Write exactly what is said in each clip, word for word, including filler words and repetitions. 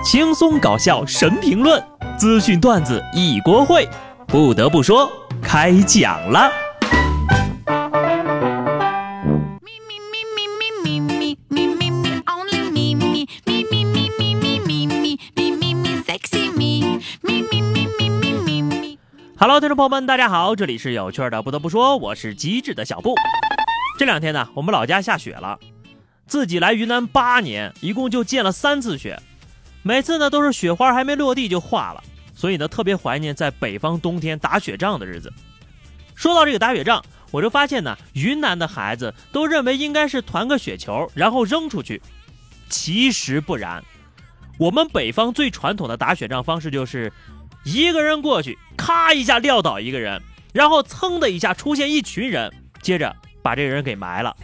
轻松搞笑神评论，资讯段子一锅烩。不得不说，开讲了。Hello， 听众朋友们，大家好，这里是有趣的。不得不说，我是机智的小布。这两天呢，我们老家下雪了。自己来云南八年，一共就见了三次雪，每次呢都是雪花还没落地就化了，所以呢特别怀念在北方冬天打雪仗的日子。说到这个打雪仗，我就发现呢，云南的孩子都认为应该是团个雪球，然后扔出去。其实不然，我们北方最传统的打雪仗方式就是一个人过去，咔一下撂倒一个人，然后噌的一下出现一群人，接着把这个人给埋了。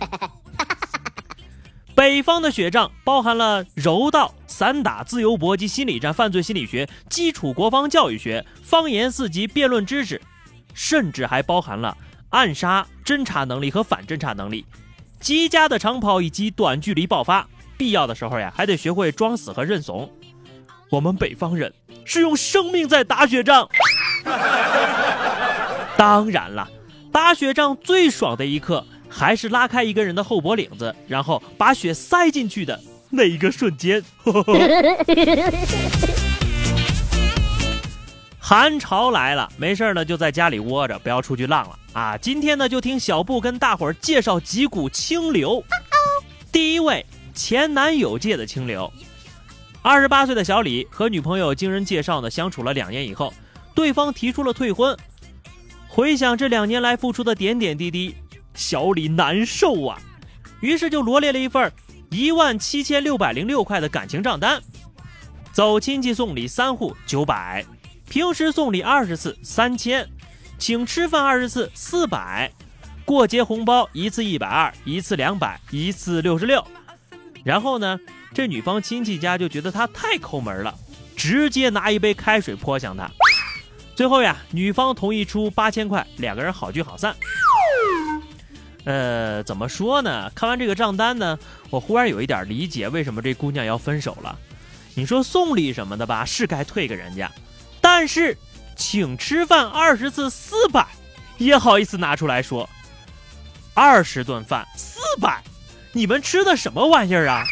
北方的雪仗包含了柔道、散打、自由搏击、心理战、犯罪心理学、基础国防教育学、方言四级、辩论知识，甚至还包含了暗杀、侦察能力和反侦察能力，极佳的长跑以及短距离爆发，必要的时候呀还得学会装死和认怂。我们北方人是用生命在打雪仗。当然了，打雪仗最爽的一刻还是拉开一个人的后脖领子，然后把雪塞进去的那一个瞬间。寒潮来了，没事呢就在家里窝着，不要出去浪了啊！今天呢就听小布跟大伙儿介绍几股清流。第一位，前男友界的清流。二十八岁的小李和女朋友经人介绍呢，相处了两年以后，对方提出了退婚。回想这两年来付出的点点滴滴，小李难受啊，于是就罗列了一份一万七千六百零六块的感情账单。走亲戚送礼三户九百，平时送礼二十次三千，请吃饭二十次四百，过节红包一次一百二，一次两百，一次六十六。然后呢，这女方亲戚家就觉得他太抠门了，直接拿一杯开水泼向他。最后呀，女方同意出八千块，两个人好聚好散。呃，怎么说呢？看完这个账单呢，我忽然有一点理解为什么这姑娘要分手了。你说送礼什么的吧，是该退给人家，但是请吃饭二十次四百，也好意思拿出来说，二十顿饭四百，你们吃的什么玩意儿啊？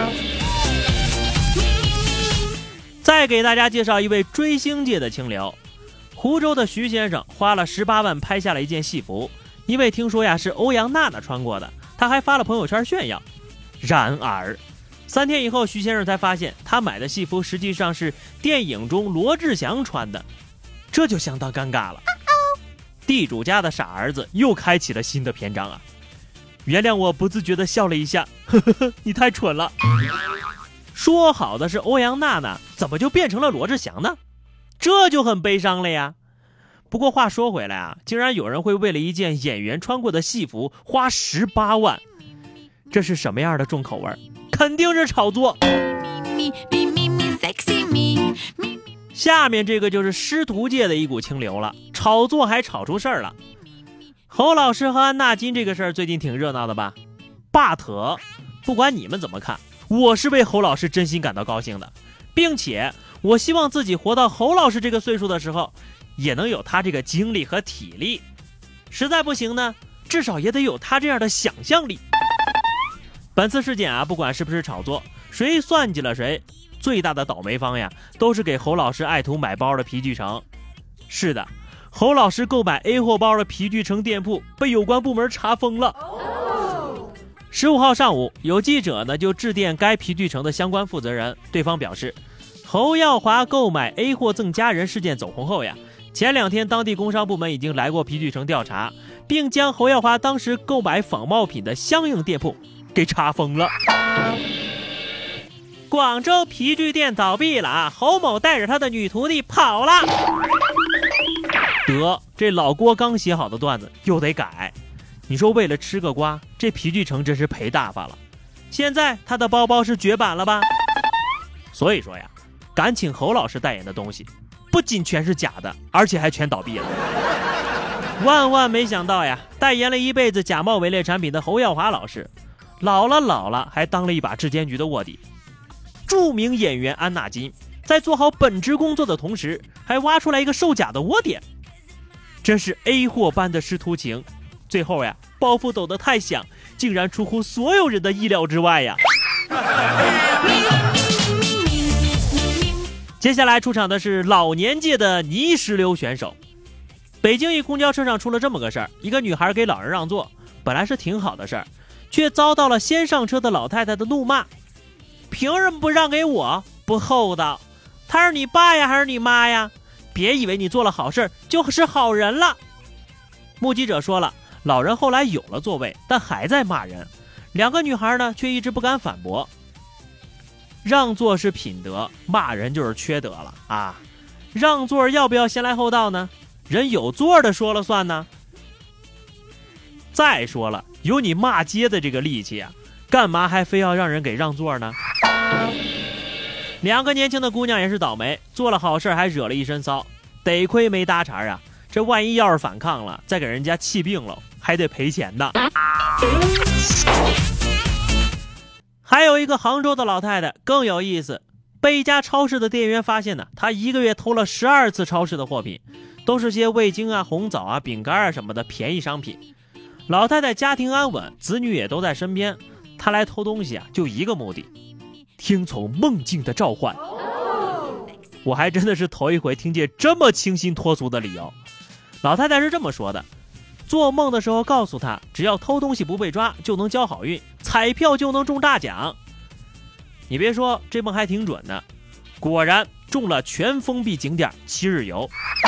再给大家介绍一位追星界的清流。湖州的徐先生花了十八万拍下了一件戏服，因为听说呀是欧阳娜娜穿过的，他还发了朋友圈炫耀。然而三天以后，徐先生才发现他买的戏服实际上是电影中罗志祥穿的，这就相当尴尬了。地主家的傻儿子又开启了新的篇章啊！原谅我不自觉地笑了一下，呵呵呵，你太蠢了。说好的是欧阳娜娜，怎么就变成了罗志祥呢？这就很悲伤了呀。不过话说回来啊，竟然有人会为了一件演员穿过的戏服花十八万，这是什么样的重口味？肯定是炒作。下面这个就是师徒界的一股清流了，炒作还炒出事儿了。侯老师和安纳金这个事儿最近挺热闹的吧 ？but 不管你们怎么看，我是为侯老师真心感到高兴的，并且我希望自己活到侯老师这个岁数的时候，也能有他这个精力和体力。实在不行呢，至少也得有他这样的想象力。本次事件啊，不管是不是炒作，谁算计了谁，最大的倒霉方呀，都是给侯老师爱徒买包的皮具城。是的，侯老师购买 A 货包的皮具城店铺被有关部门查封了。十五号上午，有记者呢就致电该皮具城的相关负责人，对方表示，侯耀华购买 A 货赠家人事件走红后呀，前两天当地工商部门已经来过皮具城调查，并将侯耀华当时购买仿冒品的相应店铺给查封了。广州皮具店倒闭了啊！侯某带着他的女徒弟跑了。得，这老郭刚写好的段子又得改。你说为了吃个瓜，这皮具城真是赔大发了。现在他的包包是绝版了吧？所以说呀，敢请侯老师代言的东西，不仅全是假的，而且还全倒闭了。万万没想到呀，代言了一辈子假冒伪劣产品的侯耀华老师，老了老了还当了一把质监局的卧底。 著名演员安纳金在做好本职工作的同时，还挖出来一个售假的窝点，真是 A 货般的师徒情。最后呀，包袱抖得太响，竟然出乎所有人的意料之外呀。接下来出场的是老年界的泥石流选手。北京一公交车上出了这么个事儿，一个女孩给老人让座，本来是挺好的事儿，却遭到了先上车的老太太的怒骂。凭什么不让给我？不厚道！他是你爸呀还是你妈呀？别以为你做了好事就是好人了。目击者说了，老人后来有了座位，但还在骂人。两个女孩呢，却一直不敢反驳。让座是品德，骂人就是缺德了啊！让座要不要先来后到呢？人有座的说了算呢。再说了，有你骂街的这个力气啊，干嘛还非要让人给让座呢？两个年轻的姑娘也是倒霉，做了好事还惹了一身骚，得亏没搭茬啊！这万一要是反抗了，再给人家气病了，还得赔钱呢。还有一个杭州的老太太更有意思，被一家超市的店员发现呢，她一个月偷了十二次超市的货品，都是些味精啊、红枣啊、饼干啊什么的便宜商品。老太太家庭安稳，子女也都在身边，她来偷东西啊，就一个目的，听从梦境的召唤。我还真的是头一回听见这么清新脱俗的理由。老太太是这么说的：做梦的时候告诉她，只要偷东西不被抓，就能交好运，彩票就能中大奖。你别说，这梦还挺准的，果然中了全封闭景点七日游。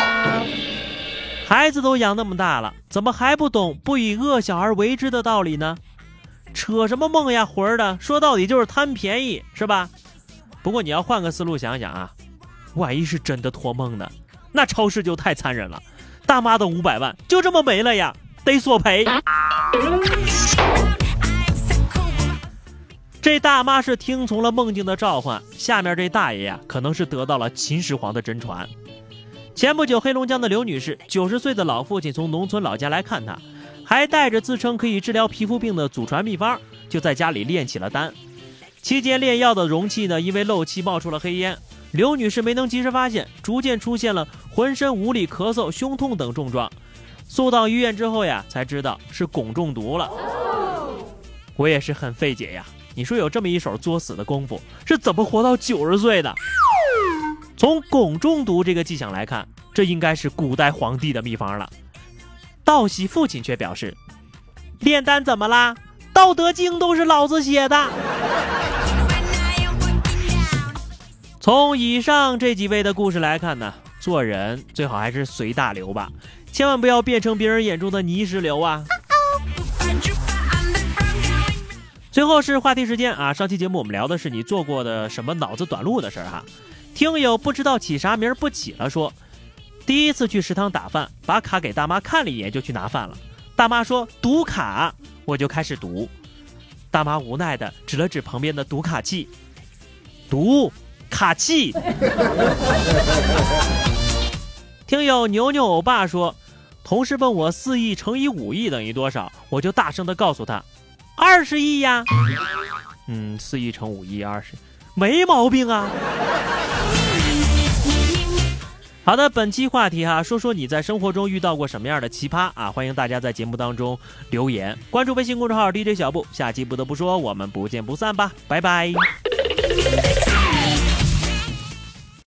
孩子都养那么大了，怎么还不懂不以恶小而为之的道理呢？扯什么梦呀魂的，说到底就是贪便宜，是吧？不过你要换个思路想想啊，万一是真的托梦呢，那超市就太残忍了，大妈的五百万就这么没了呀，得索赔。这大妈是听从了梦境的召唤，下面这大爷呀，可能是得到了秦始皇的真传。前不久，黑龙江的刘女士，九十岁的老父亲从农村老家来看她，还带着自称可以治疗皮肤病的祖传秘方，就在家里炼起了丹。期间炼药的容器呢，因为漏气冒出了黑烟，刘女士没能及时发现，逐渐出现了浑身无力、咳嗽、胸痛等症状。送到医院之后呀，才知道是汞中毒了。我也是很费解呀，你说有这么一手作死的功夫，是怎么活到九十岁的？从汞中毒这个迹象来看，这应该是古代皇帝的秘方了。道喜父亲却表示，炼丹怎么啦？道德经都是老子写的。从以上这几位的故事来看呢，做人最好还是随大流吧，千万不要变成别人眼中的泥石流啊。最后是话题时间啊，上期节目我们聊的是你做过的什么脑子短路的事儿哈。听友不知道起啥名不起了说，第一次去食堂打饭，把卡给大妈看了一眼就去拿饭了，大妈说读卡，我就开始读，大妈无奈的指了指旁边的读卡器，读卡器。听友牛牛欧巴说，同事问我四亿乘以五亿等于多少，我就大声的告诉他二十亿呀。嗯，四亿乘五亿二十，没毛病啊。好的，本期话题哈，说说你在生活中遇到过什么样的奇葩啊？欢迎大家在节目当中留言，关注微信公众号 D J 小布，下期不得不说，我们不见不散吧，拜拜。